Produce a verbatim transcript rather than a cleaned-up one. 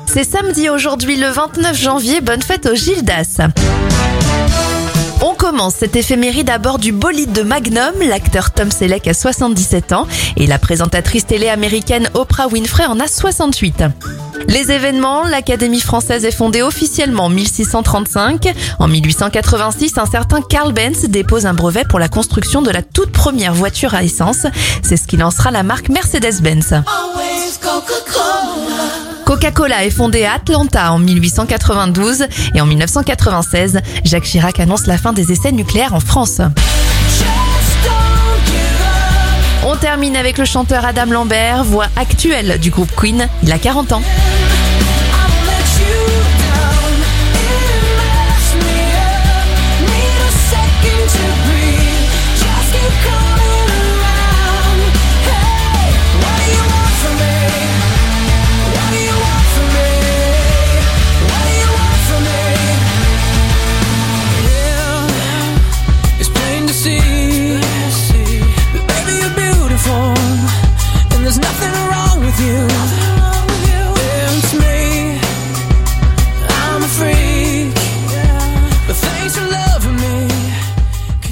C'est samedi aujourd'hui le vingt-neuf janvier, bonne fête aux Gildas. On commence cette éphéméride à bord du bolide de Magnum. L'acteur Tom Selleck a soixante-dix-sept ans et la présentatrice télé américaine Oprah Winfrey en a soixante-huit. Les événements, l'Académie française est fondée officiellement en mille six cent trente-cinq. En mille huit cent quatre-vingt-six, un certain Carl Benz dépose un brevet pour la construction de la toute première voiture à essence. C'est ce qui lancera la marque Mercedes-Benz. Coca-Cola est fondée à Atlanta en mille huit cent quatre-vingt-douze et en mille neuf cent quatre-vingt-seize, Jacques Chirac annonce la fin des essais nucléaires en France. On termine avec le chanteur Adam Lambert, voix actuelle du groupe Queen. Il a quarante ans.